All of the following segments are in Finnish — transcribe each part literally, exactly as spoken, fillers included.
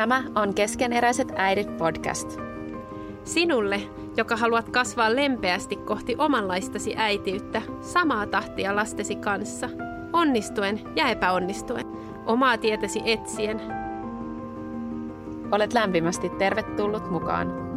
Tämä on Keskeneräiset äidit podcast. Sinulle, joka haluat kasvaa lempeästi kohti omanlaistasi äitiyttä, samaa tahtia lastesi kanssa, onnistuen ja epäonnistuen, omaa tietäsi etsien. Olet lämpimästi tervetullut mukaan.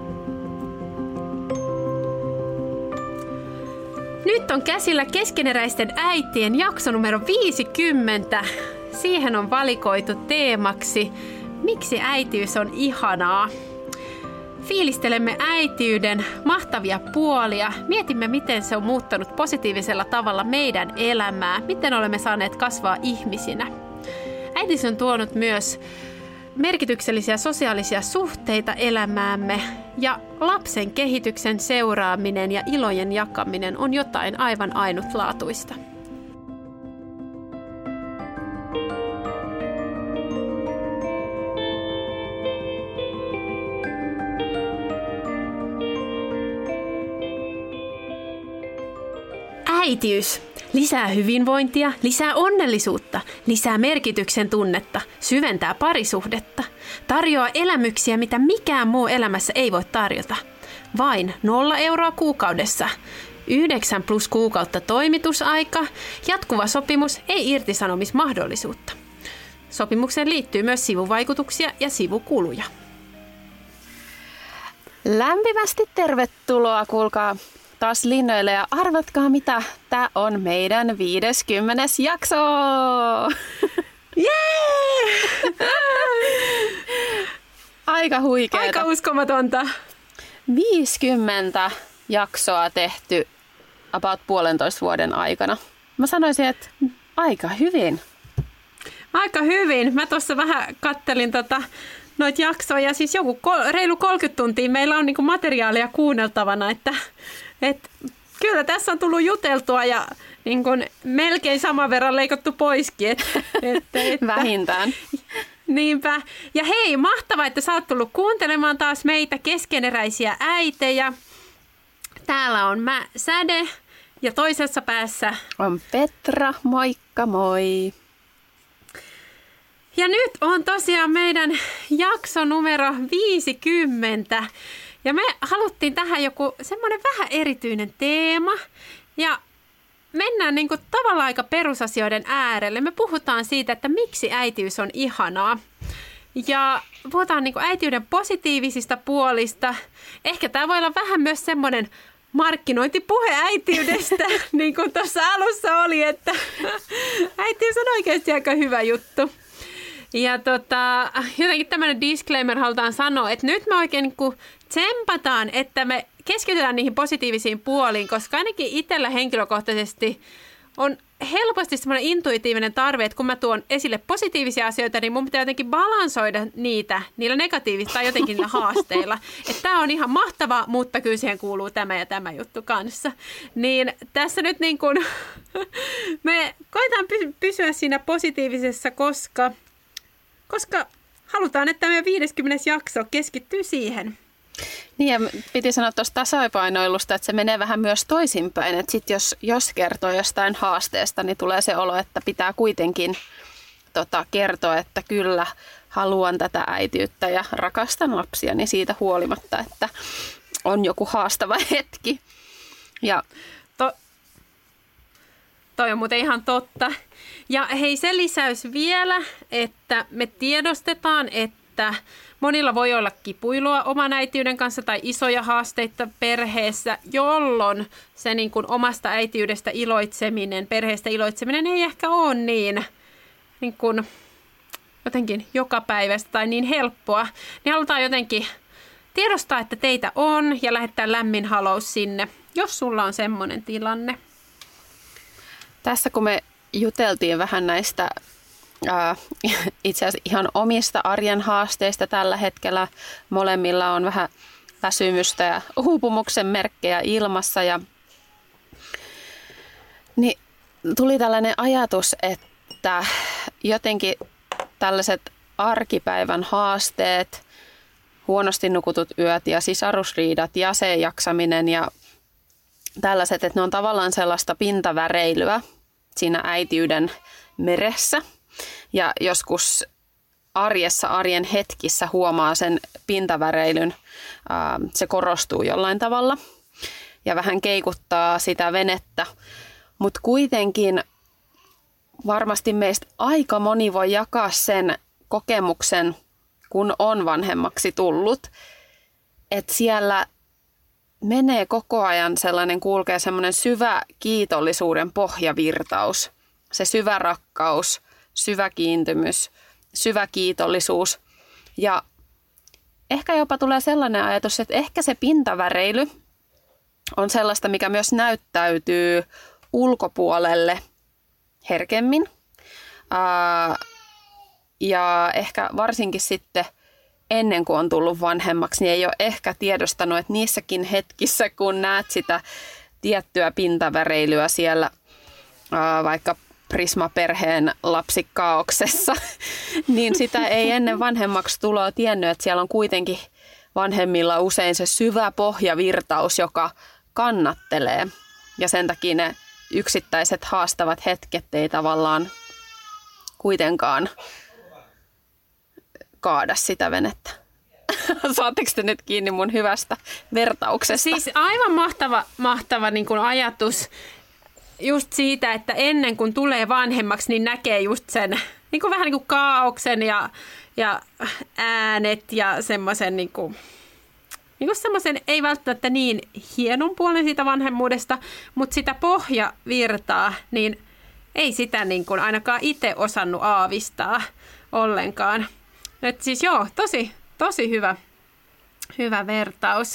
Nyt on käsillä Keskeneräisten äitien jakso numero viisikymmentä. Siihen on valikoitu teemaksi, miksi äitiys on ihanaa. Fiilistelemme äitiyden mahtavia puolia, mietimme miten se on muuttanut positiivisella tavalla meidän elämää, miten olemme saaneet kasvaa ihmisinä. Äitiys on tuonut myös merkityksellisiä sosiaalisia suhteita elämäämme ja lapsen kehityksen seuraaminen ja ilojen jakaminen on jotain aivan ainutlaatuista. Äitiys. Lisää hyvinvointia, lisää onnellisuutta, lisää merkityksen tunnetta, syventää parisuhdetta, tarjoaa elämyksiä, mitä mikään muu elämässä ei voi tarjota. Vain nolla euroa kuukaudessa, yhdeksän plus kuukautta toimitusaika, jatkuva sopimus, ei irtisanomismahdollisuutta. Sopimukseen liittyy myös sivuvaikutuksia ja sivukuluja. Lämpimästi tervetuloa, kuulkaa taas linjoille ja arvatkaa mitä, tää on meidän viideskymmenes jakso! Jee! Aika huikeeta. Aika uskomatonta. viisikymmentä jaksoa tehty about puolentoista vuoden aikana. Mä sanoisin, että aika hyvin. Aika hyvin. Mä tuossa vähän kattelin tota noita jaksoja, siis joku kol- reilu kolmekymmentä tuntia meillä on niinku materiaalia kuunneltavana, että et, kyllä tässä on tullut juteltua ja niin kun, melkein saman verran leikattu poiskin. Et, et, et, Vähintään. Niinpä. Ja hei, mahtavaa, että sä oot tullut kuuntelemaan taas meitä keskeneräisiä äitejä. Täällä on mä, Säde, ja toisessa päässä on Petra. Moikka moi! Ja nyt on tosiaan meidän jakso numero viisikymmentä. Ja me haluttiin tähän joku semmoinen vähän erityinen teema. Ja mennään niin kuin tavallaan aika perusasioiden äärelle. Me puhutaan siitä, että miksi äitiys on ihanaa. Ja puhutaan niin kuin äitiyden positiivisista puolista. Ehkä tämä voi olla vähän myös semmoinen markkinointipuhe äitiydestä, niin kuin tuossa alussa oli, että äitiys on oikeasti aika hyvä juttu. Ja tota, jotenkin tämmöinen disclaimer halutaan sanoa, että nyt me oikein niin kuin tsempataan, että me keskitytään niihin positiivisiin puoliin, koska ainakin itsellä henkilökohtaisesti on helposti semmoinen intuitiivinen tarve, että kun mä tuon esille positiivisia asioita, niin mun pitää jotenkin balansoida niitä niillä negatiivisilla tai jotenkin niillä haasteilla. Että tää on ihan mahtava, mutta kyllä siihen kuuluu tämä ja tämä juttu kanssa. Niin tässä nyt niin kuin me koetaan pysyä siinä positiivisessa, koska... Koska halutaan, että meidän viideskymmenes jakso keskittyy siihen. Niin ja piti sanoa tuosta tasapainoilusta, että se menee vähän myös toisinpäin. Että sit jos, jos kertoo jostain haasteesta, niin tulee se olo, että pitää kuitenkin tota, kertoa, että kyllä haluan tätä äitiyttä ja rakastan lapsia, niin siitä huolimatta, että on joku haastava hetki. Ja to- toi on muuten ihan totta. Ja hei, se lisäys vielä, että me tiedostetaan, että monilla voi olla kipuilua oman äitiyden kanssa tai isoja haasteita perheessä, jolloin se niin kuin omasta äitiydestä iloitseminen, perheestä iloitseminen ei ehkä ole niin, niin kuin jotenkin jokapäiväistä tai niin helppoa. Niin halutaan jotenkin tiedostaa, että teitä on ja lähettää lämmin halous sinne, jos sulla on semmoinen tilanne. Tässä kun me juteltiin vähän näistä ää, itse asiassa ihan omista arjen haasteista tällä hetkellä. Molemmilla on vähän väsymystä ja uupumuksen merkkejä ilmassa. Ja, niin tuli tällainen ajatus, että jotenkin tällaiset arkipäivän haasteet, huonosti nukutut yöt ja sisarusriidat ja se jaksaminen ja tällaiset, että ne on tavallaan sellaista pintaväreilyä siinä äitiyden meressä. Ja joskus arjessa, arjen hetkissä huomaa sen pintaväreilyn, ää, se korostuu jollain tavalla ja vähän keikuttaa sitä venettä, mutta kuitenkin varmasti meistä aika moni voi jakaa sen kokemuksen, kun on vanhemmaksi tullut, että siellä menee koko ajan sellainen, kulkee semmoinen syvä kiitollisuuden pohjavirtaus, se syvä rakkaus, syvä kiintymys, syvä kiitollisuus. Ja ehkä jopa tulee sellainen ajatus, että ehkä se pintaväreily on sellaista, mikä myös näyttäytyy ulkopuolelle herkemmin. Ää, ja ehkä varsinkin sitten ennen kuin on tullut vanhemmaksi, niin ei ole ehkä tiedostanut, että niissäkin hetkissä, kun näet sitä tiettyä pintaväreilyä siellä ää, vaikka Prisma-perheen lapsikaauksessa, niin sitä ei ennen vanhemmaksi tuloa tiennyt, että siellä on kuitenkin vanhemmilla usein se syvä pohjavirtaus, joka kannattelee. Ja sen takia ne yksittäiset haastavat hetket ei tavallaan kuitenkaan kaada sitä venettä. Saatteko te nyt kiinni mun hyvästä vertauksesta? Siis aivan mahtava, mahtava niin kuin ajatus just siitä, että ennen kuin tulee vanhemmaksi, niin näkee just sen niin kuin vähän niin kuin kaaoksen ja, ja äänet ja semmoisen niin kuin, niin kuin semmoisen ei välttämättä niin hienon puolen siitä vanhemmuudesta, mutta sitä pohjavirtaa, niin ei sitä niin kuin ainakaan itse osannut aavistaa ollenkaan. Et siis joo, tosi, tosi hyvä, hyvä vertaus.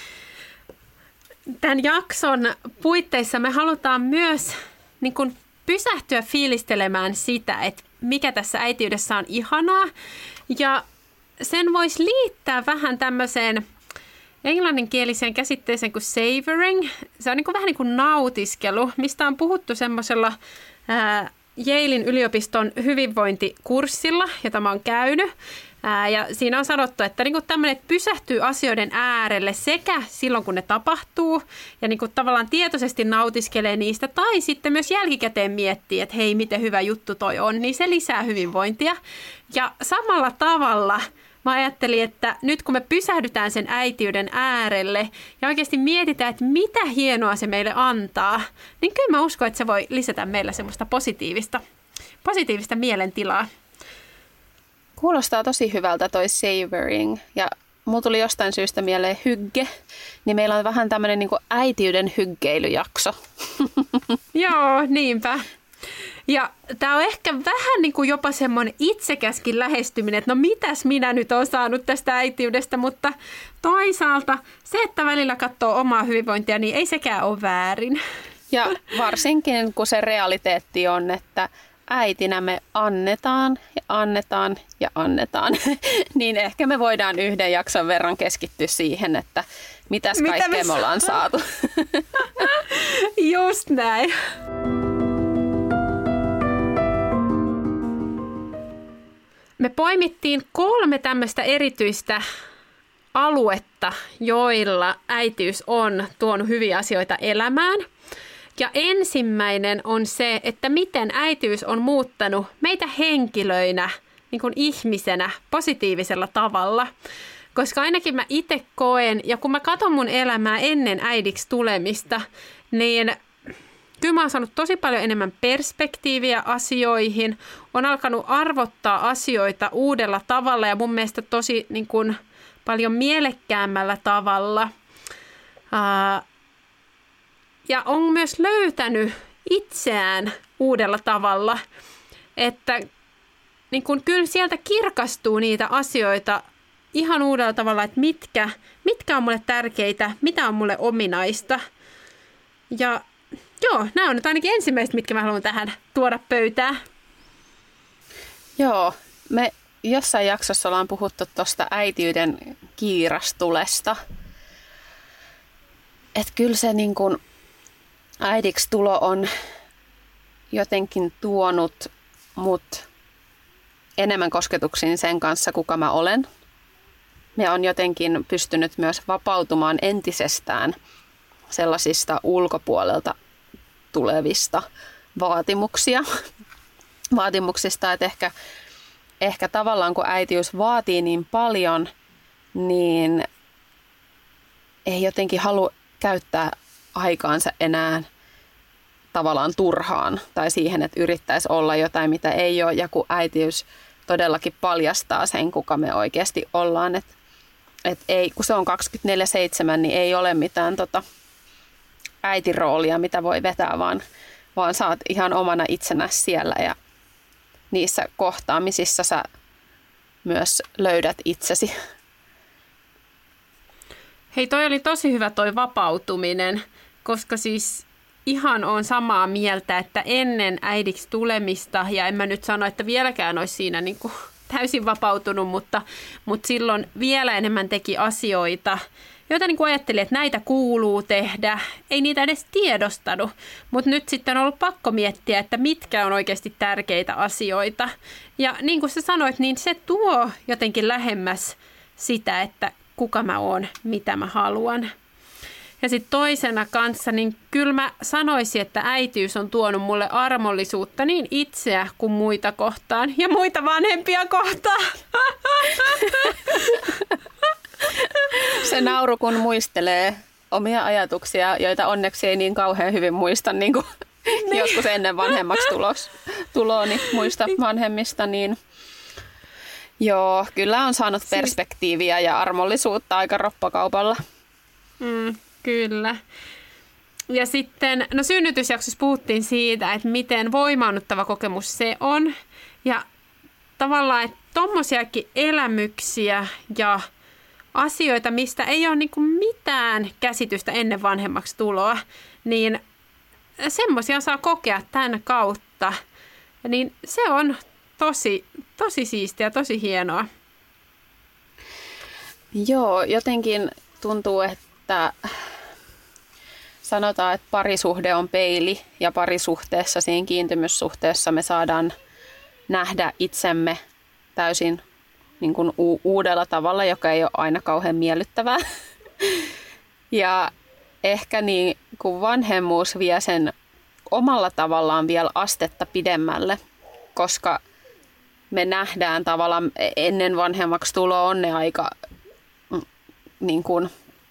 Tämän jakson puitteissa me halutaan myös niin kuin pysähtyä fiilistelemään sitä, että mikä tässä äitiydessä on ihanaa. Ja sen voisi liittää vähän tämmöiseen englanninkieliseen käsitteeseen kuin savoring. Se on niin kuin vähän niin kuin nautiskelu, mistä on puhuttu semmoisella ää, Yalein yliopiston hyvinvointikurssilla, jota mä oon käynyt. Ää, ja siinä on sanottu, että niinku tämmöinen, että pysähtyy asioiden äärelle sekä silloin, kun ne tapahtuu, ja niinku tavallaan tietoisesti nautiskelee niistä, tai sitten myös jälkikäteen miettii, että hei, miten hyvä juttu toi on, niin se lisää hyvinvointia. Ja samalla tavalla mä ajattelin, että nyt kun me pysähdytään sen äitiyden äärelle ja oikeasti mietitään, että mitä hienoa se meille antaa, niin kyllä mä uskon, että se voi lisätä meillä semmoista positiivista, positiivista mielentilaa. Kuulostaa tosi hyvältä toi savoring. Ja mulla tuli jostain syystä mieleen hygge, niin meillä on vähän tämmöinen niin kuin äitiyden hyggeilyjakso. Joo, niinpä. Ja tämä on ehkä vähän niin kuin jopa semmoinen itsekäskin lähestyminen, että no mitäs minä nyt olen saanut tästä äitiydestä, mutta toisaalta se, että välillä katsoo omaa hyvinvointia, niin ei sekään ole väärin. Ja varsinkin kun se realiteetti on, että äitinä me annetaan ja annetaan ja annetaan, niin ehkä me voidaan yhden jakson verran keskittyä siihen, että mitäs Mitä kaikkea me, me ollaan saatu. Just näin. Me poimittiin kolme tämmöistä erityistä aluetta, joilla äitiys on tuonut hyviä asioita elämään. Ja ensimmäinen on se, että miten äitiys on muuttanut meitä henkilöinä, niin kuin ihmisenä, positiivisella tavalla. Koska ainakin mä itse koen, ja kun mä katson mun elämää ennen äidiksi tulemista, niin kyllä mä oon saanut tosi paljon enemmän perspektiiviä asioihin. On alkanut arvottaa asioita uudella tavalla ja mun mielestä tosi niin kuin, paljon mielekkäämmällä tavalla. Uh, Ja on myös löytänyt itseään uudella tavalla, että niin kun kyllä sieltä kirkastuu niitä asioita ihan uudella tavalla, että mitkä, mitkä on mulle tärkeitä, mitä on mulle ominaista. Ja joo, nämä on nyt ainakin ensimmäiset, mitkä mä haluan tähän tuoda pöytään. Joo, me jossain jaksossa ollaan puhuttu tuosta äitiyden kiirastulesta. Että kyllä se niin kun äidiksi tulo on jotenkin tuonut mut enemmän kosketuksiin sen kanssa, kuka mä olen. Me on jotenkin pystynyt myös vapautumaan entisestään sellaisista ulkopuolelta tulevista vaatimuksia. Vaatimuksista, että ehkä ehkä tavallaan kun äitiys vaatii niin paljon, niin ei jotenkin halua käyttää aikaansa enää tavallaan turhaan tai siihen, että yrittäisi olla jotain, mitä ei ole. Ja kun äitiys todellakin paljastaa sen, kuka me oikeasti ollaan. Että et ei, kun se on kaksikymmentäneljä seitsemän, niin ei ole mitään tota äitiroolia, mitä voi vetää, vaan, vaan sä oot ihan omana itsenä siellä. Ja niissä kohtaamisissa sä myös löydät itsesi. Hei, toi oli tosi hyvä toi vapautuminen, koska siis ihan on samaa mieltä, että ennen äidiksi tulemista, ja en mä nyt sano, että vieläkään olisi siinä niin kuin täysin vapautunut, mutta, mutta silloin vielä enemmän teki asioita, joita niin kuin ajattelin, että näitä kuuluu tehdä. Ei niitä edes tiedostanut, mutta nyt sitten on ollut pakko miettiä, että mitkä on oikeasti tärkeitä asioita. Ja niin kuin sä sanoit, niin se tuo jotenkin lähemmäs sitä, että kuka mä oon, mitä mä haluan. Ja sitten toisena kanssa, niin kyllä mä sanoisin, että äitiys on tuonut mulle armollisuutta niin itseä kuin muita kohtaan ja muita vanhempia kohtaan. Se nauru, kun muistelee omia ajatuksia, joita onneksi ei niin kauhean hyvin muista, niin kuin niin. Joskus ennen vanhemmaksi tulos, tuloa, niin muista vanhemmista, niin joo, kyllä on saanut perspektiiviä ja armollisuutta aika roppakaupalla. Mm, kyllä. Ja sitten, no synnytysjaksossa puhuttiin siitä, että miten voimaannuttava kokemus se on. Ja tavallaan, että tommosiakin elämyksiä ja asioita, mistä ei ole niinku mitään käsitystä ennen vanhemmaksi tuloa, niin semmoisia saa kokea tämän kautta. Niin se on tosi, tosi siistiä, tosi hienoa. Joo, jotenkin tuntuu, että sanotaan, että parisuhde on peili ja parisuhteessa, siinä kiintymyssuhteessa me saadaan nähdä itsemme täysin niin kuin u- uudella tavalla, joka ei ole aina kauhean miellyttävää. Ja ehkä niin kuin vanhemmuus vie sen omalla tavallaan vielä astetta pidemmälle, koska me nähdään tavallaan ennen vanhemmaksi tuloa on ne aika niin kuin,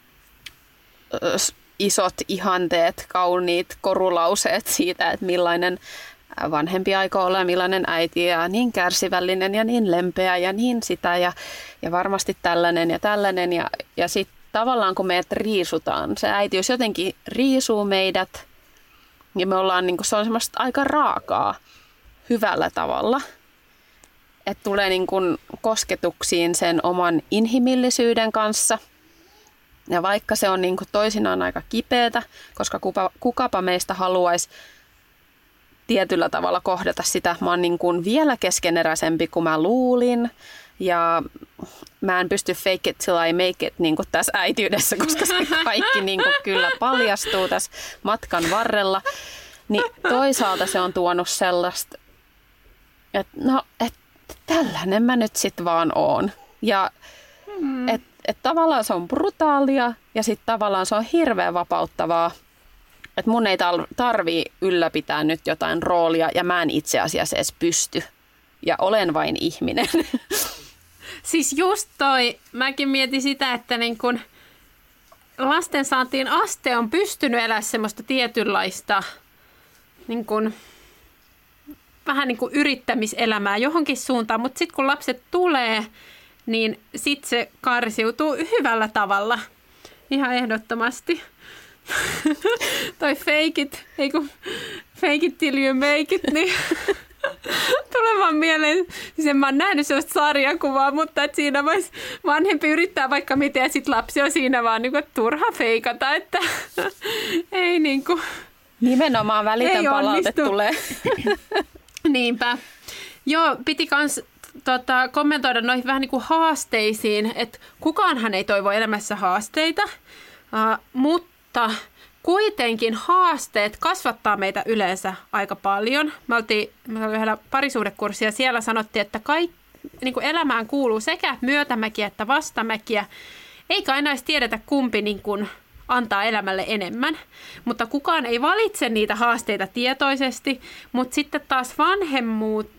isot ihanteet, kauniit korulauseet siitä, että millainen vanhempi aikoo olla ja millainen äiti ja niin kärsivällinen ja niin lempeä ja niin sitä ja, ja varmasti tällainen ja tällainen. Ja, ja sitten tavallaan kun meidät riisutaan, se äitiys jotenkin riisuu meidät ja me ollaan, niin kuin, se on semmoista aika raakaa hyvällä tavalla. Että tulee niin kuin kosketuksiin sen oman inhimillisyyden kanssa. Ja vaikka se on niin kuin toisinaan aika kipeätä, koska kuka, kukapa meistä haluaisi tietyllä tavalla kohdata sitä. Mä oon niin kuin vielä keskeneräisempi kuin mä luulin. Ja mä en pysty fake it till I make it niin kuin tässä äitiydessä, koska se kaikki niin kuin kyllä paljastuu tässä matkan varrella. Niin toisaalta se on tuonut sellaista, että no, et tällainen mä nyt sit vaan oon. Ja mm. että et tavallaan se on brutaalia ja sitten tavallaan se on hirveän vapauttavaa. Että mun ei tarvii ylläpitää nyt jotain roolia ja mä en itse asiassa edes pysty. Ja olen vain ihminen. Siis just toi, mäkin mietin sitä, että niin kun lastensaantiin aste on pystynyt elämään semmoista tietynlaista niin kun, vähän niin kuin yrittämiselämää johonkin suuntaan, mutta sitten kun lapset tulee, niin sitten se karsiutuu hyvällä tavalla. Ihan ehdottomasti. Toi fake it, ei kun fake it till you make it, niin tulee vaan mieleen, siis en mä oon nähnyt sellaista sarjakuvaa, mutta et siinä vois vanhempi yrittää vaikka miten ja sit lapsi on siinä vaan niinku turha feikata, että ei niinku. Nimenomaan välitön palaute tulee. Niinpä. Joo, piti kans tota, kommentoida noihin vähän niin kuin haasteisiin, että kukaanhan ei toivo elämässä haasteita, uh, mutta kuitenkin haasteet kasvattaa meitä yleensä aika paljon. Me oltiin, me oltiin yhdellä parisuhdekurssia ja siellä sanottiin, että kaikki, niin kuin elämään kuuluu sekä myötämäkiä että vastamäkiä, eikä aina edes tiedetä kumpi niin kuin antaa elämälle enemmän, mutta kukaan ei valitse niitä haasteita tietoisesti, mutta sitten taas vanhemmuutta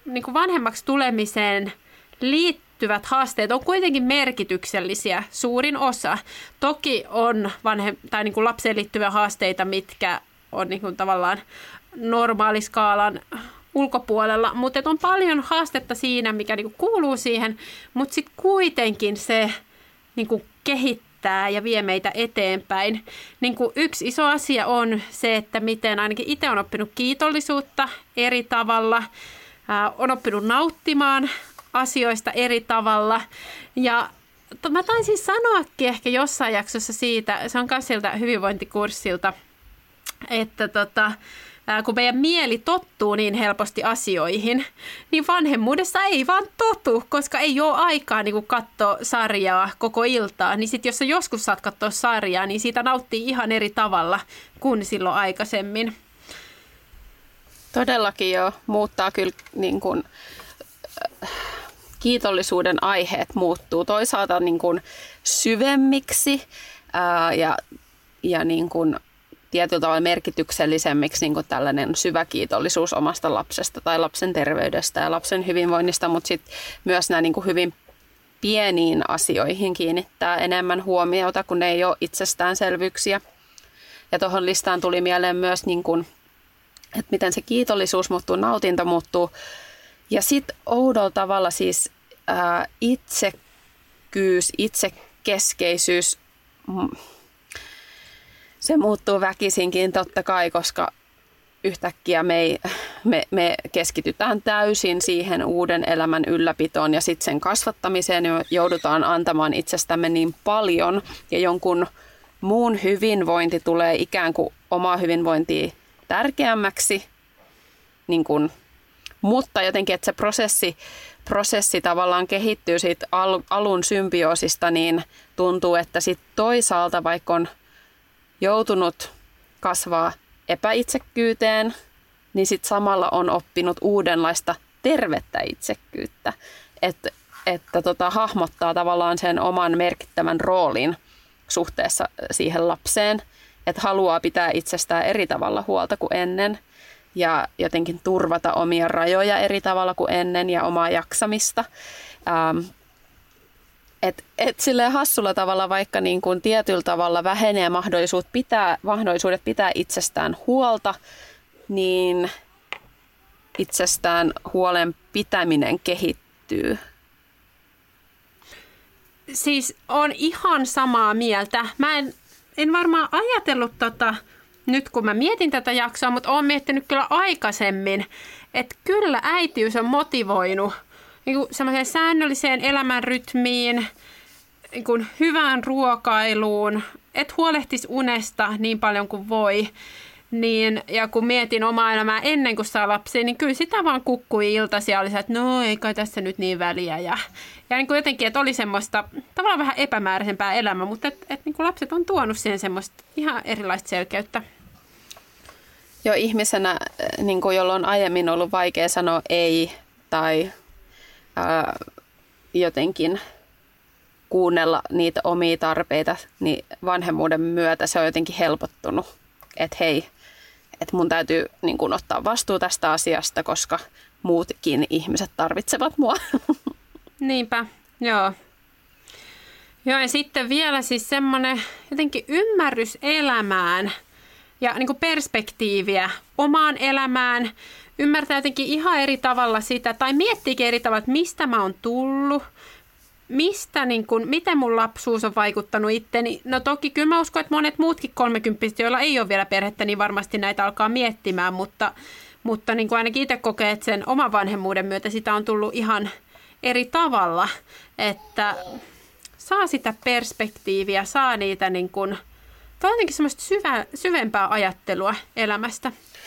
niin kuin vanhemmaksi tulemiseen liittyvät haasteet on kuitenkin merkityksellisiä, suurin osa. Toki on vanhem- tai niin kuin lapseen liittyviä haasteita, mitkä on niin kuin tavallaan normaaliskaalan ulkopuolella, mutta on paljon haastetta siinä, mikä niin kuin kuuluu siihen, mutta sitten kuitenkin se niin kuin kehittää ja vie meitä eteenpäin. Niin kuin yksi iso asia on se, että miten ainakin itse on oppinut kiitollisuutta eri tavalla, ää, on oppinut nauttimaan asioista eri tavalla. Ja mä taisin sanoakin ehkä jossain jaksossa siitä, se on myös sieltä hyvinvointikurssilta, että tota, kun meidän mieli tottuu niin helposti asioihin, niin vanhemmuudessa ei vaan totu, koska ei ole aikaa niin katsoa sarjaa koko iltaa. Niin sitten jos sä joskus saat katsoa sarjaa, niin siitä nauttii ihan eri tavalla kuin silloin aikaisemmin. Todellakin jo muuttaa kyllä niin kuin, äh, kiitollisuuden aiheet muuttuu toisaalta niin kuin syvemmiksi äh, ja, ja niin kuin tietyllä tavalla merkityksellisemmiksi niin kuin tällainen syvä kiitollisuus omasta lapsesta tai lapsen terveydestä ja lapsen hyvinvoinnista, mutta sitten myös nämä niin kuin hyvin pieniin asioihin kiinnittää enemmän huomiota, kun ne ei ole itsestäänselvyyksiä. Ja tuohon listaan tuli mieleen myös, niin kuin, että miten se kiitollisuus muuttuu, nautinto muuttuu. Ja sitten oudolla tavalla siis ää, itsekkyys, itsekeskeisyys, se muuttuu väkisinkin totta kai, koska yhtäkkiä me, ei, me, me keskitytään täysin siihen uuden elämän ylläpitoon ja sitten sen kasvattamiseen ja joudutaan antamaan itsestämme niin paljon ja jonkun muun hyvinvointi tulee ikään kuin omaa hyvinvointia tärkeämmäksi, niin kun, mutta jotenkin, että se prosessi, prosessi tavallaan kehittyy siitä al, alun symbioosista, niin tuntuu, että sitten toisaalta vaikka on joutunut kasvaa epäitsekkyyteen, niin sitten samalla on oppinut uudenlaista tervettä itsekkyyttä, että, että tota, hahmottaa tavallaan sen oman merkittävän roolin suhteessa siihen lapseen, että haluaa pitää itsestään eri tavalla huolta kuin ennen ja jotenkin turvata omia rajoja eri tavalla kuin ennen ja omaa jaksamista. Ähm, et, et silleen hassulla tavalla, vaikka niin kuin tietyllä tavalla vähenee mahdollisuudet pitää, mahdollisuudet pitää itsestään huolta, niin itsestään huolen pitäminen kehittyy. Siis on ihan samaa mieltä. Mä en, en varmaan ajatellut tota, nyt kun mä mietin tätä jaksoa, mutta oon miettinyt kyllä aikaisemmin, että kyllä äitiys on motivoinut niin kuin semmoiseen säännölliseen elämänrytmiin, niin kuin hyvään ruokailuun, että huolehtisi unesta niin paljon kuin voi. Niin, ja kun mietin omaa elämää ennen kuin saa lapsia, niin kyllä sitä vaan kukkui iltaisin ja oli se, että no ei kai tässä nyt niin väliä. Ja, ja niin kuin jotenkin, että oli semmoista tavallaan vähän epämääräisempää elämää, mutta et, et niin kuin lapset on tuonut siihen semmoista ihan erilaista selkeyttä. Jo ihmisenä, niin kuin jolloin aiemmin ollut vaikea sanoa ei tai ää, jotenkin kuunnella niitä omia tarpeita, niin vanhemmuuden myötä se on jotenkin helpottunut. Että hei, että mun täytyy niin kun, ottaa vastuu tästä asiasta, koska muutkin ihmiset tarvitsevat mua. Niinpä, joo. Joo, ja sitten vielä siis semmoinen jotenkin ymmärrys elämään ja niin kuin perspektiiviä omaan elämään. Ymmärtää jotenkin ihan eri tavalla sitä, tai miettiikin eri tavalla, että mistä mä oon tullut. Mistä, niin kun, miten mun lapsuus on vaikuttanut itteni? No toki kyllä mä uskon, että monet muutkin kolmekymppiset, joilla ei ole vielä perhettä, niin varmasti näitä alkaa miettimään, mutta, mutta niin kuin ainakin itse kokee, että sen oman vanhemmuuden myötä sitä on tullut ihan eri tavalla, että saa sitä perspektiiviä, saa niitä niin kuin, jotenkin semmoista syvä, syvempää ajattelua elämästä.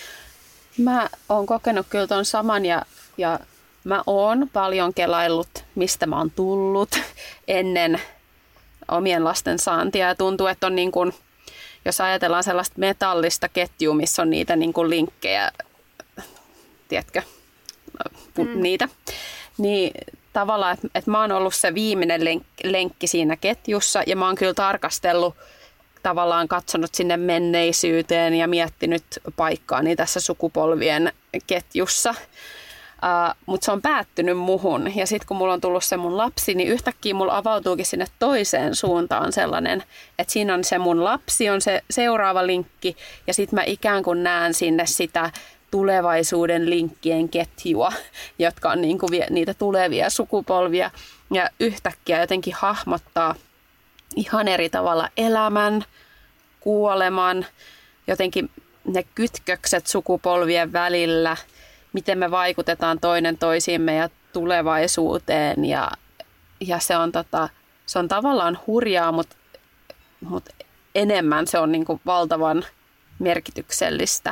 Mä oon kokenut kyllä ton saman ja, ja mä oon paljon kelaillut, mistä mä oon tullut ennen omien lasten saantia. Ja tuntuu, että on niin kuin, jos ajatellaan sellaista metallista ketjua, missä on niitä niin kuin linkkejä, tiedätkö, mm. niitä, niin tavallaan, että, että mä oon ollut se viimeinen lenk- lenkki siinä ketjussa ja mä oon kyllä tarkastellut, tavallaan katsonut sinne menneisyyteen ja miettinyt paikkaani tässä sukupolvien ketjussa. Uh, mutta se on päättynyt muhun. Ja sitten kun mulla on tullut se mun lapsi, niin yhtäkkiä mulla avautuukin sinne toiseen suuntaan sellainen, että siinä on se mun lapsi, on se seuraava linkki. Ja sitten mä ikään kuin näen sinne sitä tulevaisuuden linkkien ketjua, jotka on niinku niitä tulevia sukupolvia. Ja yhtäkkiä jotenkin hahmottaa ihan eri tavalla elämän, kuoleman, jotenkin ne kytkökset sukupolvien välillä, miten me vaikutetaan toinen toisiimme ja tulevaisuuteen. Ja, ja se, on tota, se on tavallaan hurjaa, mutta, mutta enemmän se on niin kuin valtavan merkityksellistä.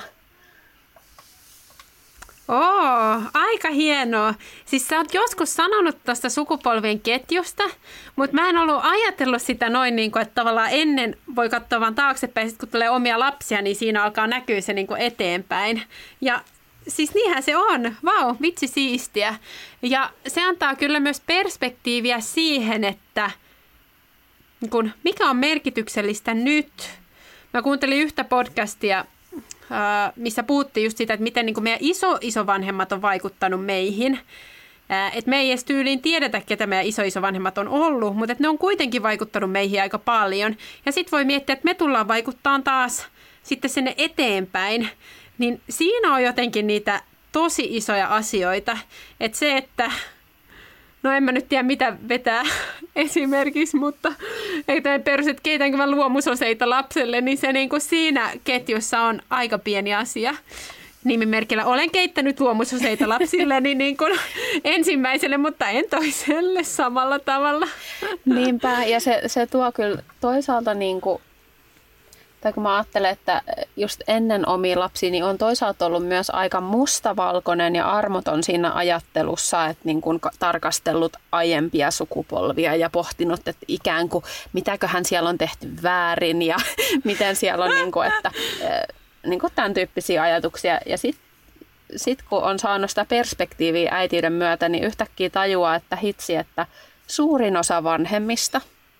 Oo, aika hienoa. Siis sä oot joskus sanonut tuosta sukupolvien ketjusta, mutta mä en ollut ajatellut sitä noin, niin kuin, että tavallaan ennen voi katsoa vaan taaksepäin, sit kun tulee omia lapsia, niin siinä alkaa näkyä se niin kuin eteenpäin. Ja siis niinhän se on. Vau, vitsi siistiä. Ja se antaa kyllä myös perspektiiviä siihen, että kun, mikä on merkityksellistä nyt. Mä kuuntelin yhtä podcastia, missä puhuttiin just siitä, että miten niin kuin meidän iso-isovanhemmat on vaikuttanut meihin. Että me ei edes tyyliin tiedetä, ketä meidän iso-isovanhemmat on ollut, mutta että ne on kuitenkin vaikuttanut meihin aika paljon. Ja sitten voi miettiä, että me tullaan vaikuttaa taas sitten sinne eteenpäin. Niin siinä on jotenkin niitä tosi isoja asioita. Että se, että no en mä nyt tiedä mitä vetää esimerkiksi, mutta ei tämän perus, että keitänkö mä luomusoseita lapselle, niin se niin kuin siinä ketjussa on aika pieni asia. Nimimerkillä olen keittänyt luomusoseita lapsille niin, niin kuin ensimmäiselle, mutta en toiselle samalla tavalla. Niinpä, ja se, se tuo kyllä toisaalta niin kuin, tai kun mä ajattelen, että just ennen omia lapsia, niin on toisaalta ollut myös aika mustavalkoinen ja armoton siinä ajattelussa, että niin kuin tarkastellut aiempia sukupolvia ja pohtinut, että ikään kuin mitäköhän siellä on tehty väärin ja miten siellä on, niin kuin, että, niin kuin tämän tyyppisiä ajatuksia. Ja sitten sit kun on saanut sitä perspektiiviä äitiyden myötä, niin yhtäkkiä tajuaa, että hitsi, että suurin osa vanhemmista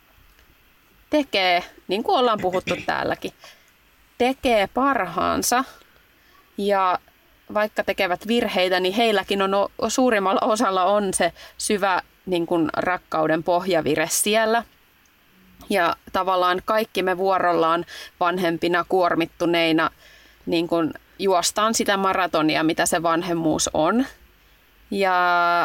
tekee, niin kuin ollaan puhuttu täälläkin, tekee parhaansa ja vaikka tekevät virheitä, niin heilläkin on suurimmalla osalla on se syvä niin kuin rakkauden pohjavire siellä. Ja tavallaan kaikki me vuorollaan vanhempina kuormittuneina niin kuin juostaan sitä maratonia, mitä se vanhemmuus on. Ja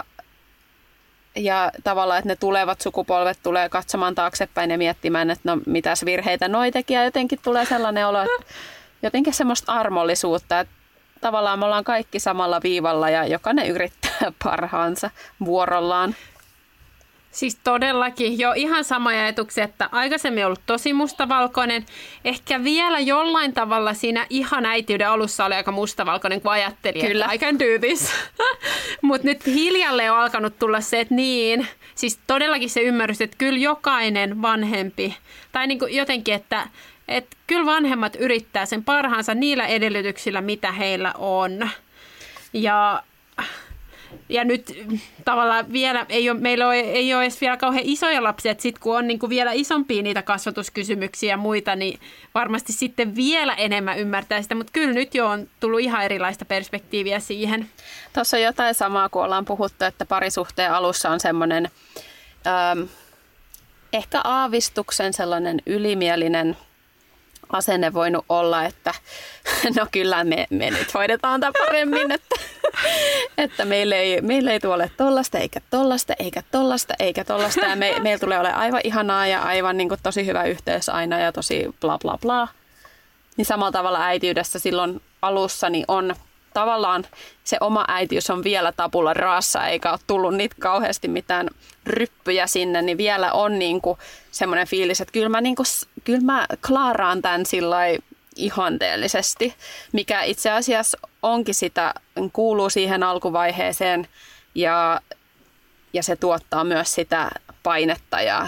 Ja tavallaan, että ne tulevat sukupolvet tulee katsomaan taaksepäin ja miettimään, että no mitäs virheitä noi teki. Ja jotenkin tulee sellainen olo, että jotenkin semmoista armollisuutta, että tavallaan me ollaan kaikki samalla viivalla ja jokainen yrittää parhaansa vuorollaan. Siis todellakin jo ihan sama ajatuksia, että aikaisemmin ollut tosi mustavalkoinen. Ehkä vielä jollain tavalla siinä ihan äitiyden alussa oli aika mustavalkoinen, kun ajatteli, Kyllä. että I can do this. Mutta nyt hiljalleen on alkanut tulla se, että niin, siis todellakin se ymmärrys, että kyllä jokainen vanhempi, tai niin kuin jotenkin, että, että kyllä vanhemmat yrittää sen parhaansa niillä edellytyksillä, mitä heillä on. Ja Ja nyt tavallaan vielä ei ole, meillä ole, ei ole edes vielä kauhean isoja lapsia, että sitten kun on niin kuin vielä isompia niitä kasvatuskysymyksiä ja muita, niin varmasti sitten vielä enemmän ymmärtää sitä, mutta kyllä nyt jo on tullut ihan erilaista perspektiiviä siihen. Tuossa on jotain samaa, kun ollaan puhuttu, että parisuhteen alussa on semmoinen ähm, ehkä aavistuksen sellainen ylimielinen asenne voinut olla, että no kyllä me, me nyt hoidetaan tämä paremmin, että, että meillä ei, meillä ei tule tollasta eikä tollasta eikä tollasta eikä tollasta ja me, meillä tulee olemaan aivan ihanaa ja aivan niin kuin tosi hyvä yhteys aina ja tosi bla bla bla. Niin samalla tavalla äitiydessä silloin alussa niin on tavallaan se oma äitiys on vielä tapulla raassa eikä ole tullut niitä kauheasti mitään ryppyjä sinne, niin vielä on niinku semmoinen fiilis, että kyllä mä, niinku, kyllä mä klaaraan tämän sillai ihanteellisesti, mikä itse asiassa onkin sitä, kuuluu siihen alkuvaiheeseen ja, ja se tuottaa myös sitä painetta ja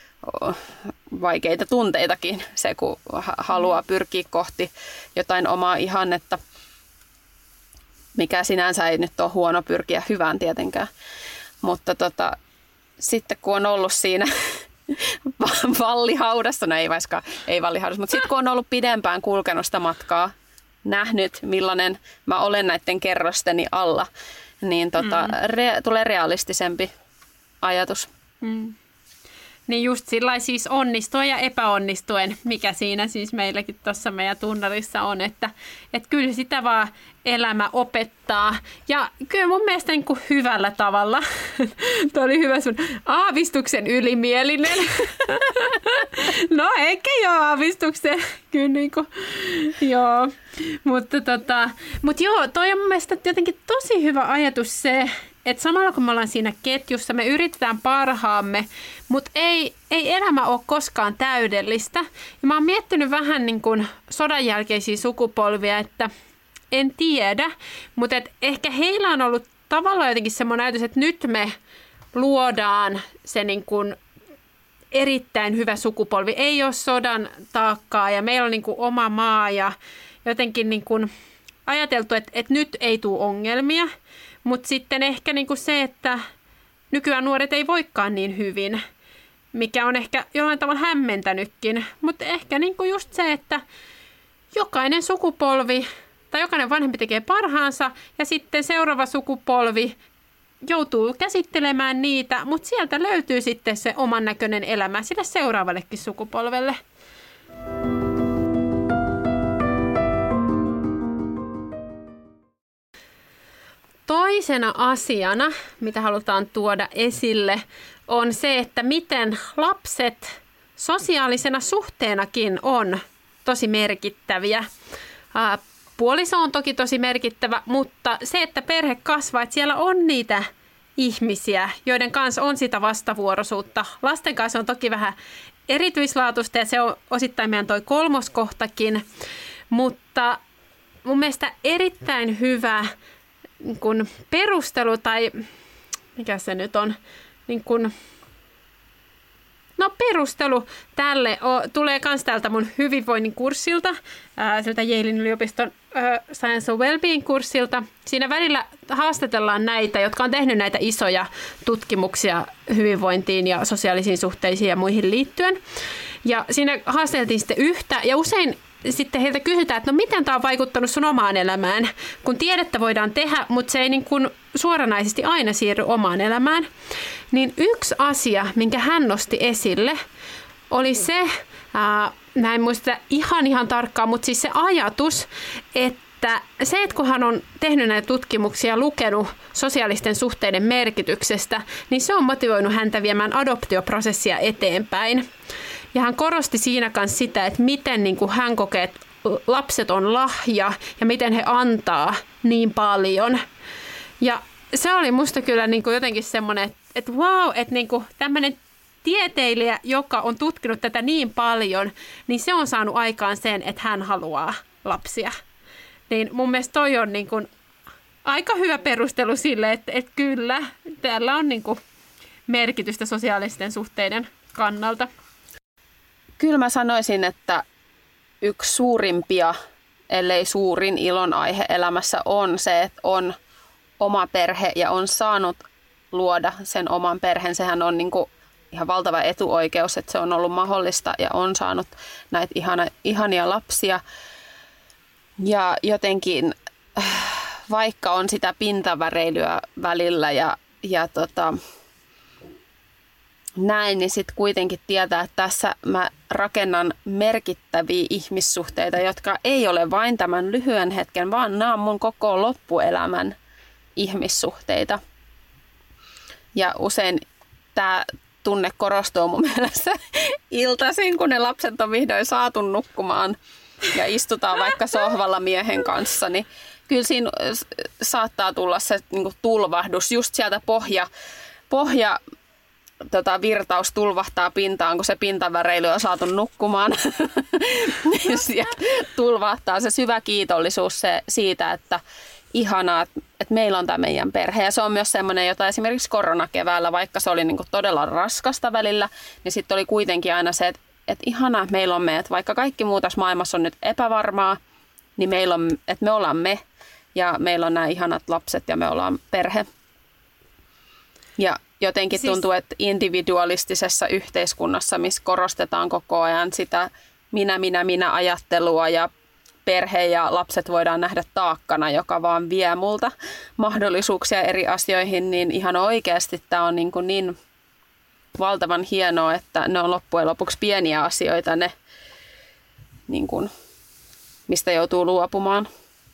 vaikeita tunteitakin, se kun haluaa pyrkiä kohti jotain omaa ihannetta, mikä sinänsä ei nyt ole huono pyrkiä hyvään tietenkään. Mutta tota, sitten kun on ollut siinä vallihaudassa, no ei vaiskaan, ei vallihaudassa, mutta sitten kun on ollut pidempään kulkenut sitä matkaa nähnyt, millainen mä olen näiden kerrosteni alla, niin tota, mm. re, tulee realistisempi ajatus. Mm. Niin just sillä siis onnistuen ja epäonnistuen, mikä siinä siis meilläkin tuossa meidän tunnarissa on, että, että kyllä sitä vaan elämä opettaa. Ja kyllä mun mielestä niin kuin hyvällä tavalla. Tuo oli hyvä sun aavistuksen ylimielinen. No eikä jo aavistuksen, kyllä niin kuin, joo. Mutta tota, mut joo, toi on mun mielestä jotenkin tosi hyvä ajatus se, että samalla kun me ollaan siinä ketjussa, me yritetään parhaamme, mutta ei, ei elämä ole koskaan täydellistä. Ja mä oon miettinyt vähän niin kuin sodan jälkeisiä sukupolvia, että en tiedä, mutta et ehkä heillä on ollut tavallaan jotenkin semmoinen ajatus, että nyt me luodaan se niin kuin erittäin hyvä sukupolvi. Ei ole sodan taakkaa ja meillä on niin kuin oma maa ja jotenkin niin kuin ajateltu, että, että nyt ei tule ongelmia. Mutta sitten ehkä niinku se, että nykyään nuoret ei voikaan niin hyvin, mikä on ehkä jollain tavalla hämmentänytkin. Mutta ehkä niinku just se, että jokainen sukupolvi tai jokainen vanhempi tekee parhaansa ja sitten seuraava sukupolvi joutuu käsittelemään niitä, mutta sieltä löytyy sitten se oman näköinen elämä sille seuraavallekin sukupolvelle. Toisena asiana, mitä halutaan tuoda esille, on se, että miten lapset sosiaalisena suhteenakin on tosi merkittäviä. Puoliso on toki tosi merkittävä, mutta se, että perhe kasvaa, että siellä on niitä ihmisiä, joiden kanssa on sitä vastavuoroisuutta. Lasten kanssa on toki vähän erityislaatuista ja se on osittain meidän toi kolmoskohtakin, mutta mun mielestä erittäin hyvä niin kun perustelu tai mikä se nyt on, niin kun, no perustelu tälle o, tulee myös täältä mun hyvinvoinnin kurssilta, ää, siltä Yalein yliopiston ää, Science of Wellbeing kurssilta. Siinä välillä haastatellaan näitä, jotka on tehnyt näitä isoja tutkimuksia hyvinvointiin ja sosiaalisiin suhteisiin ja muihin liittyen. Ja siinä haastateltiin sitten yhtä ja usein sitten heiltä kysytään, että no miten tämä on vaikuttanut sun omaan elämään, kun tiedettä voidaan tehdä, mutta se ei niin kuin suoranaisesti aina siirry omaan elämään. Niin yksi asia, minkä hän nosti esille, oli se, ää, mä en muista ihan ihan tarkkaan, mutta siis se ajatus, että se, että kun hän on tehnyt näitä tutkimuksia ja lukenut sosiaalisten suhteiden merkityksestä, niin se on motivoinut häntä viemään adoptioprosessia eteenpäin. Ja hän korosti siinä kanssa sitä, että miten niin kuin hän kokee, että lapset on lahja ja miten he antaa niin paljon. Ja se oli musta kyllä niin kuin jotenkin semmoinen, että, että vau, että niin kuin tämmöinen tieteilijä, joka on tutkinut tätä niin paljon, niin se on saanut aikaan sen, että hän haluaa lapsia. Niin mun mielestä toi on niin kuin aika hyvä perustelu sille, että, että kyllä, täällä on niin kuin merkitystä sosiaalisten suhteiden kannalta. Kyllä mä sanoisin, että yksi suurimpia, ellei suurin ilonaihe elämässä on se, että on oma perhe ja on saanut luoda sen oman perheen. Sehän on niin kuin ihan valtava etuoikeus, että se on ollut mahdollista ja on saanut näitä ihana, ihania lapsia. Ja jotenkin, vaikka on sitä pintaväreilyä välillä ja, ja tota, näin, niin sitten kuitenkin tietää, että tässä mä rakennan merkittäviä ihmissuhteita, jotka ei ole vain tämän lyhyen hetken, vaan nämä on mun koko loppuelämän ihmissuhteita. Ja usein tämä tunne korostuu mun mielestä iltaisin, kun ne lapset on vihdoin saatu nukkumaan ja istutaan vaikka sohvalla miehen kanssa, niin kyllä siinä saattaa tulla se niin kuin tulvahdus just sieltä pohja, pohja Tota, virtaus tulvahtaa pintaan, kun se pintaväreily on saatu nukkumaan. Tulvahtaa se syvä kiitollisuus se, siitä, että ihanaa, että meillä on tämä meidän perhe. Ja se on myös semmoinen, jota esimerkiksi koronakeväällä, vaikka se oli niinku todella raskasta välillä, niin sitten oli kuitenkin aina se, että, että ihanaa, että meillä on me. Että vaikka kaikki muu tässä maailmassa on nyt epävarmaa, niin meillä on, että me ollaan me ja meillä on nämä ihanat lapset ja me ollaan perhe. Ja jotenkin siis tuntuu, että individualistisessa yhteiskunnassa, missä korostetaan koko ajan sitä minä, minä, minä ajattelua ja perhe ja lapset voidaan nähdä taakkana, joka vaan vie multa mahdollisuuksia eri asioihin, niin ihan oikeasti tämä on niin, kuin niin valtavan hienoa, että ne on loppujen lopuksi pieniä asioita, ne, niin kuin, mistä joutuu luopumaan.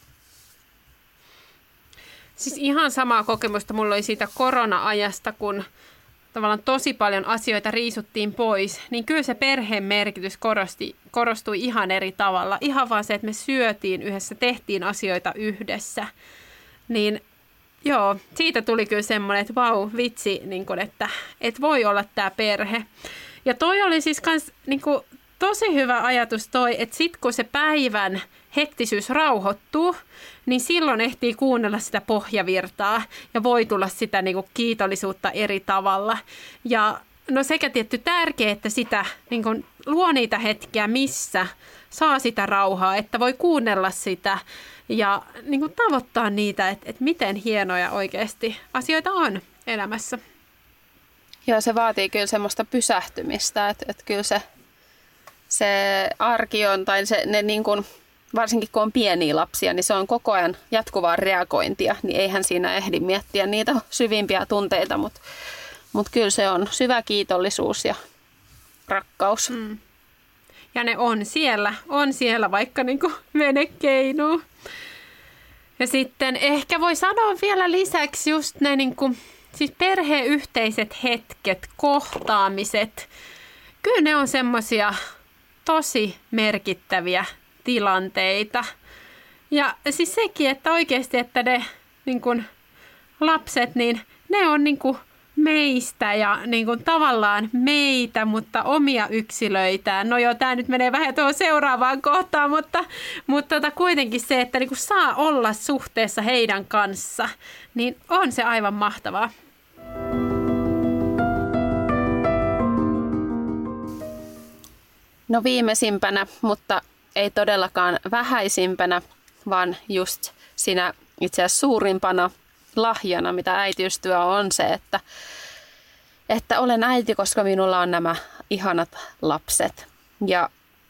Siis ihan samaa kokemusta mulla oli siitä korona-ajasta, kun tavallaan tosi paljon asioita riisuttiin pois, niin kyllä se perheen merkitys korosti, korostui ihan eri tavalla. Ihan vaan se, että me syötiin yhdessä, tehtiin asioita yhdessä. Niin joo, siitä tuli kyllä semmoinen, että vau, vitsi, niin kun, että, että voi olla tämä perhe. Ja toi oli siis kans, niin kun, tosi hyvä ajatus toi, että sit kun se päivän hektisyys rauhoittuu, niin silloin ehtii kuunnella sitä pohjavirtaa ja voi tulla sitä niin kuin kiitollisuutta eri tavalla. Ja no sekä tietty tärkeää, että sitä niin kuin luo niitä hetkiä, missä saa sitä rauhaa, että voi kuunnella sitä ja niin kuin tavoittaa niitä, että, että miten hienoja oikeasti asioita on elämässä. Joo, se vaatii kyllä semmoista pysähtymistä, että, että kyllä se, se arki on, tai se, ne niin kuin varsinkin kun on pieniä lapsia, niin se on koko ajan jatkuvaa reagointia, niin eihän siinä ehdi miettiä niitä syvimpiä tunteita, mutta, mutta kyllä se on syvä kiitollisuus ja rakkaus. Mm. Ja ne on siellä, on siellä vaikka niin kuin vene keinuu. Ja sitten ehkä voi sanoa vielä lisäksi just ne niin kuin, siis perheyhteiset hetket, kohtaamiset. Kyllä ne on semmoisia tosi merkittäviä tilanteita. Ja siis sekin, että oikeasti, että ne niin kuin lapset, niin ne on niin kuin meistä ja niin kuin tavallaan meitä, mutta omia yksilöitään. No joo, tämä nyt menee vähän tuohon seuraavaan kohtaan, mutta, mutta tota kuitenkin se, että niin kuin saa olla suhteessa heidän kanssa, niin on se aivan mahtavaa. No viimeisimpänä, mutta ei todellakaan vähäisimpänä, vaan just siinä itse asiassa suurimpana lahjana, mitä äitiystyö on se, että, että olen äiti, koska minulla on nämä ihanat lapset. Ja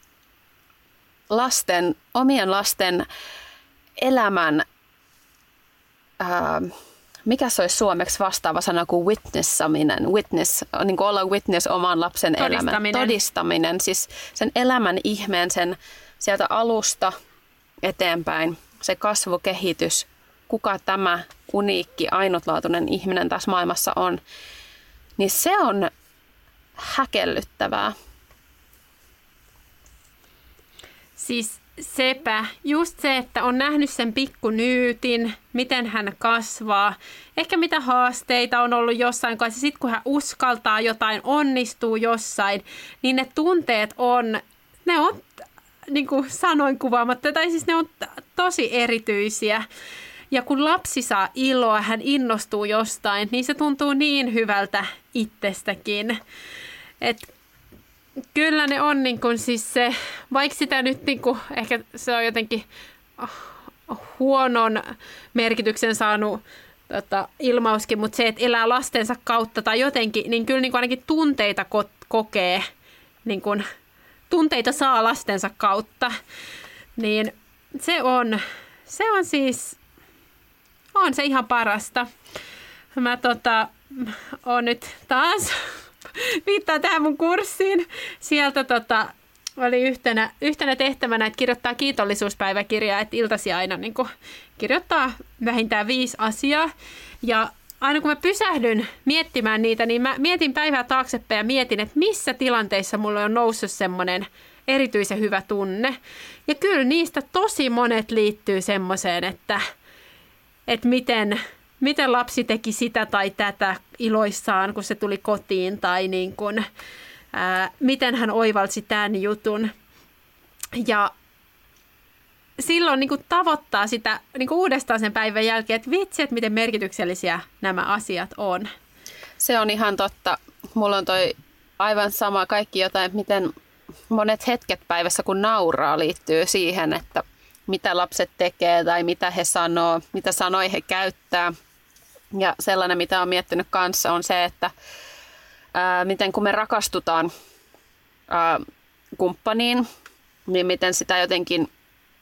lasten, omien lasten elämän, ää, mikä se olisi suomeksi vastaava sana kuin witnessaminen, witness, niin kuin olla witness oman lapsen elämän, todistaminen, siis sen elämän ihmeen, sen sieltä alusta eteenpäin, se kasvukehitys, kuka tämä uniikki, ainutlaatuinen ihminen tässä maailmassa on, niin se on häkellyttävää. Siis sepä, just se, että on nähnyt sen pikkunyytin, miten hän kasvaa, ehkä mitä haasteita on ollut jossain kanssa, sitten kun hän uskaltaa jotain, onnistuu jossain, niin ne tunteet on, ne on, niin kuin sanoin kuvaamatta, tai siis ne on tosi erityisiä. Ja kun lapsi saa iloa, hän innostuu jostain, niin se tuntuu niin hyvältä itsestäkin. Et kyllä ne on niin kuin siis se, vaikka sitä nyt niin kuin, ehkä se on jotenkin huonon merkityksen saanut tota, ilmauskin, mutta se, että elää lastensa kautta tai jotenkin, niin kyllä niin kuin ainakin tunteita ko- kokee, niin kuin, tunteita saa lastensa kautta. Niin se on, se on siis, on se ihan parasta. Mä tota, oon nyt taas, viittaan tähän mun kurssiin. Sieltä tota, oli yhtenä, yhtenä tehtävänä, että kirjoittaa kiitollisuuspäiväkirjaa, että iltasi aina niin kun, kirjoittaa vähintään viisi asiaa. Ja aina kun mä pysähdyn miettimään niitä, niin mä mietin päivää taaksepäin ja mietin, että missä tilanteissa mulle on noussut semmoinen erityisen hyvä tunne. Ja kyllä niistä tosi monet liittyy semmoiseen, että, että miten, miten lapsi teki sitä tai tätä iloissaan, kun se tuli kotiin, tai niin kuin, ää, miten hän oivalsi tämän jutun. Ja silloin niin kuin tavoittaa sitä niin kuin uudestaan sen päivän jälkeen, että vitsi, että miten merkityksellisiä nämä asiat on. Se on ihan totta. Mulla on toi aivan sama kaikki jotain, että miten monet hetket päivässä, kun nauraa, liittyy siihen, että mitä lapset tekee tai mitä he sanoo, mitä sanoja he käyttää. Ja sellainen, mitä olen miettinyt kanssa, on se, että ää, miten kun me rakastutaan ää, kumppaniin, niin miten sitä jotenkin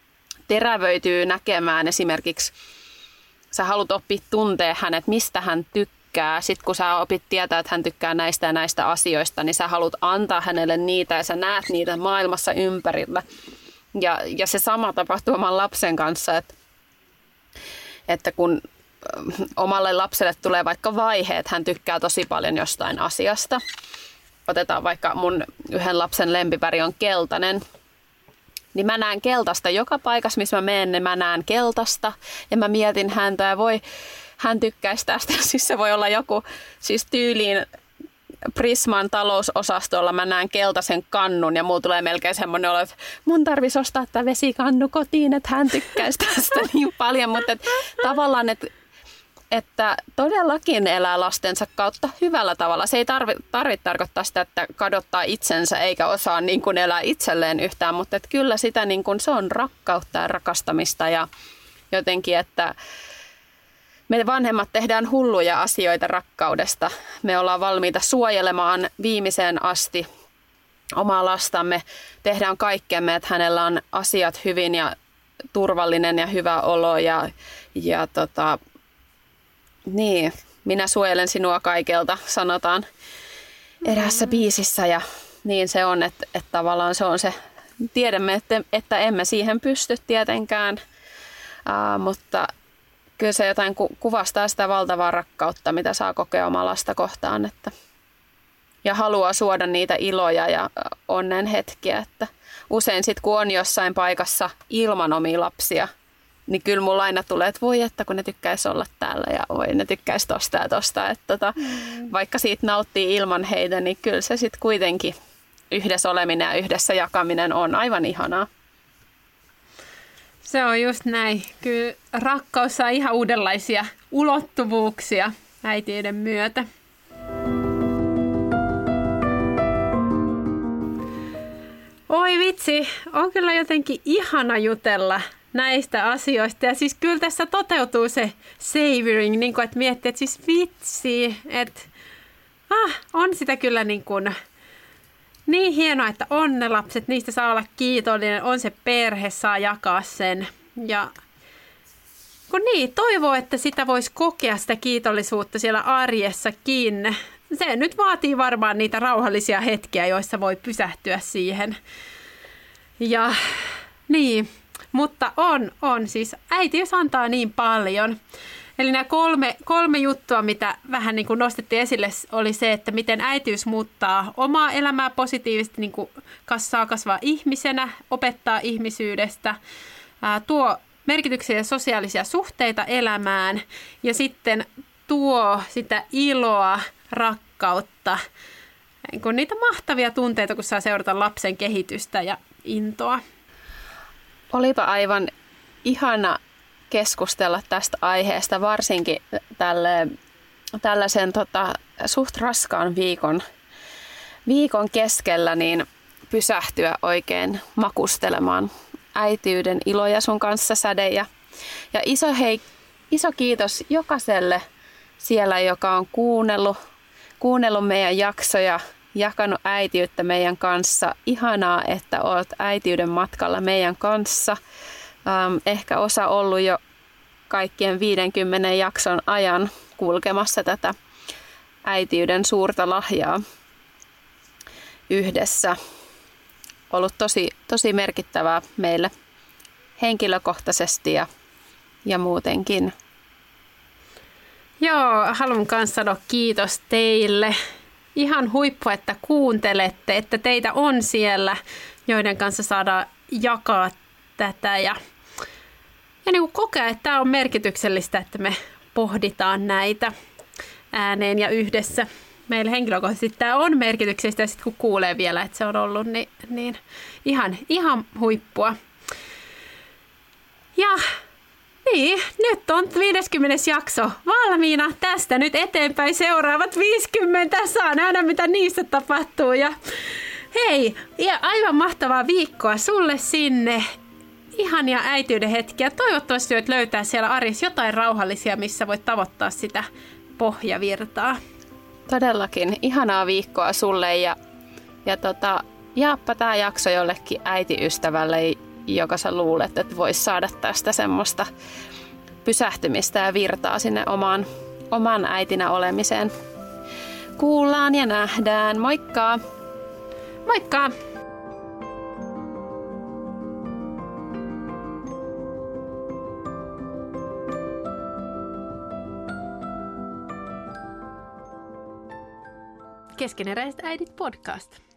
terävöityy näkemään esimerkiksi, sä haluat oppia tuntee hänet, mistä hän tykkää. Sitten kun sä opit tietää, että hän tykkää näistä ja näistä asioista, niin sä haluat antaa hänelle niitä ja sä näet niitä maailmassa ympärillä. Ja, ja se sama tapahtuu oman lapsen kanssa, että, että kun omalle lapselle tulee vaikka vaihe, että hän tykkää tosi paljon jostain asiasta. Otetaan vaikka mun yhden lapsen lempiväri on keltainen. Niin mä näen keltaista joka paikassa, missä mä menen, niin mä näen keltaista. Ja mä mietin häntä ja voi, hän tykkäisi tästä. Siis se voi olla joku, siis tyyliin Prisman talousosastolla mä näen keltaisen kannun ja mulla tulee melkein semmoinen olo, että mun tarvitsisi ostaa tämä vesikannu kotiin, että hän tykkäisi tästä niin paljon. Mutta et, tavallaan, että että todellakin elää lastensa kautta hyvällä tavalla. Se ei tarvitse tarvit tarkoittaa sitä, että kadottaa itsensä eikä osaa niin kuin elää itselleen yhtään, mutta että kyllä sitä niin kuin, se on rakkautta ja rakastamista ja jotenkin, että me vanhemmat tehdään hulluja asioita rakkaudesta. Me ollaan valmiita suojelemaan viimeiseen asti omaa lastamme. Tehdään kaikkemme, että hänellä on asiat hyvin ja turvallinen ja hyvä olo ja, ja tota, niin, minä suojelen sinua kaikelta, sanotaan eräässä biisissä ja niin se on, että, että tavallaan se on se, tiedämme, että, että emme siihen pysty tietenkään, uh, mutta kyllä se jotain ku, kuvastaa sitä valtavaa rakkautta, mitä saa kokea omaa lasta kohtaan, että, ja haluaa suoda niitä iloja ja onnen hetkiä, että usein sitten kun on jossain paikassa ilman omia lapsia, niin kyllä mulla aina tulee, että voi, että kun ne tykkäisi olla täällä ja voi, ne tykkäisi tosta ja tosta. Että tota, mm. vaikka siitä nauttii ilman heitä, niin kyllä se sitten kuitenkin yhdessä oleminen ja yhdessä jakaminen on aivan ihanaa. Se on just näin. Kyllä rakkaus saa ihan uudenlaisia ulottuvuuksia äitiyden myötä. Oi vitsi, on kyllä jotenkin ihana jutella näistä asioista. Ja siis kyllä tässä toteutuu se savoring, niin kuin, että miettii, että siis vitsi, että ah, on sitä kyllä niin, kuin, niin hienoa, että on ne lapset, niistä saa olla kiitollinen, on se perhe, saa jakaa sen. Ja kun niin, toivoo, että sitä voisi kokea sitä kiitollisuutta siellä arjessakin. Se nyt vaatii varmaan niitä rauhallisia hetkiä, joissa voi pysähtyä siihen. Ja niin, mutta on, on siis. Äitiys antaa niin paljon. Eli nämä kolme, kolme juttua, mitä vähän niin kuin nostettiin esille, oli se, että miten äitiys muuttaa omaa elämää positiivisesti, niin kuin saa kasvaa ihmisenä, opettaa ihmisyydestä, ää, tuo merkityksiä ja sosiaalisia suhteita elämään ja sitten tuo sitä iloa, rakkautta, niin kuin niitä mahtavia tunteita, kun saa seurata lapsen kehitystä ja intoa. Olipa aivan ihana keskustella tästä aiheesta, varsinkin tälle, tällaisen tota, suht raskaan viikon, viikon keskellä, niin pysähtyä oikein makustelemaan äitiyden iloja sun kanssa, Säde. Ja, ja iso, hei, iso kiitos jokaiselle siellä, joka on kuunnellut, kuunnellut meidän jaksoja, jakanut äitiyttä meidän kanssa. Ihanaa, että olet äitiyden matkalla meidän kanssa. Ähm, ehkä osa ollut jo kaikkien viidenkymmenen jakson ajan kulkemassa tätä äitiyden suurta lahjaa yhdessä. Ollut tosi, tosi merkittävää meille henkilökohtaisesti ja, ja muutenkin. Joo, haluan myös sanoa kiitos teille. Ihan huippu, että kuuntelette, että teitä on siellä, joiden kanssa saadaan jakaa tätä ja, ja niin kuin kokea, että tämä on merkityksellistä, että me pohditaan näitä ääneen ja yhdessä. Meille henkilökohtaisesti tämä on merkityksellistä ja sitten kun kuulee vielä, että se on ollut, niin, niin ihan, ihan huippua. Ja niin, nyt on viideskymmenes jakso valmiina. Tästä nyt eteenpäin seuraavat viisikymmentä. Saa nähdä, mitä niissä tapahtuu. Ja hei, ja aivan mahtavaa viikkoa sulle sinne. Ihania äitiyden hetkiä. Toivottavasti voit löytää siellä arjessa jotain rauhallisia, missä voit tavoittaa sitä pohjavirtaa. Todellakin. Ihanaa viikkoa sulle ja, ja tota, jaappa tämä jakso jollekin äitiystävälle, joka sä luulet, että vois saada tästä semmoista pysähtymistä ja virtaa sinne omaan, oman äitinä olemiseen. Kuullaan ja nähdään. Moikka! Moikka! Keskeneräiset äidit podcast.